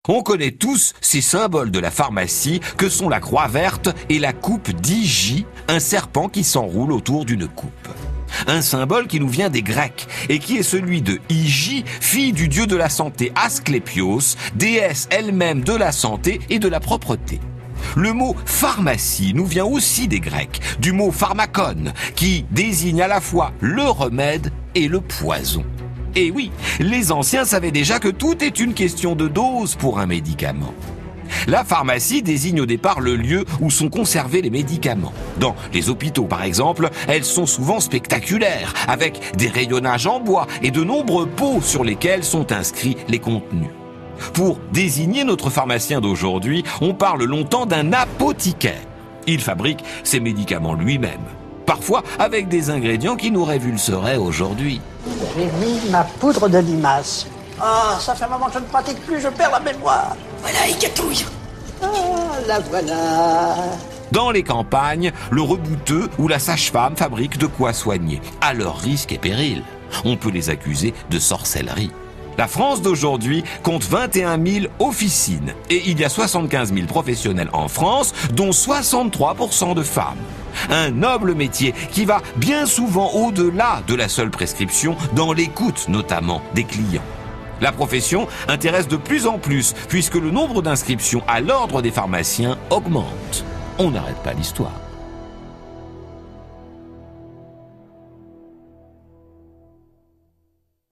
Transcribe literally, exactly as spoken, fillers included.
On connaît tous ces symboles de la pharmacie que sont la croix verte et la coupe d'Hygie, un serpent qui s'enroule autour d'une coupe. Un symbole qui nous vient des Grecs et qui est celui de Hygie, fille du dieu de la santé Asclépios, déesse elle-même de la santé et de la propreté. Le mot pharmacie nous vient aussi des Grecs, du mot pharmakon, qui désigne à la fois le remède et le poison. Et oui, les anciens savaient déjà que tout est une question de dose pour un médicament. La pharmacie désigne au départ le lieu où sont conservés les médicaments. Dans les hôpitaux, par exemple, elles sont souvent spectaculaires, avec des rayonnages en bois et de nombreux pots sur lesquels sont inscrits les contenus. Pour désigner notre pharmacien d'aujourd'hui, on parle longtemps d'un apothicaire. Il fabrique ses médicaments lui-même, parfois avec des ingrédients qui nous révulseraient aujourd'hui. J'ai mis ma poudre de limace. Ah, ça fait un moment que je ne pratique plus, je perds la mémoire. Voilà, il gâtouille. Ah, la voilà. Dans les campagnes, le rebouteux ou la sage-femme fabriquent de quoi soigner, à leur risque et péril. On peut les accuser de sorcellerie. La France d'aujourd'hui compte vingt et un mille officines et il y a soixante-quinze mille professionnels en France, dont soixante-trois pour cent de femmes. Un noble métier qui va bien souvent au-delà de la seule prescription, dans l'écoute notamment des clients. La profession intéresse de plus en plus puisque le nombre d'inscriptions à l'ordre des pharmaciens augmente. On n'arrête pas l'histoire.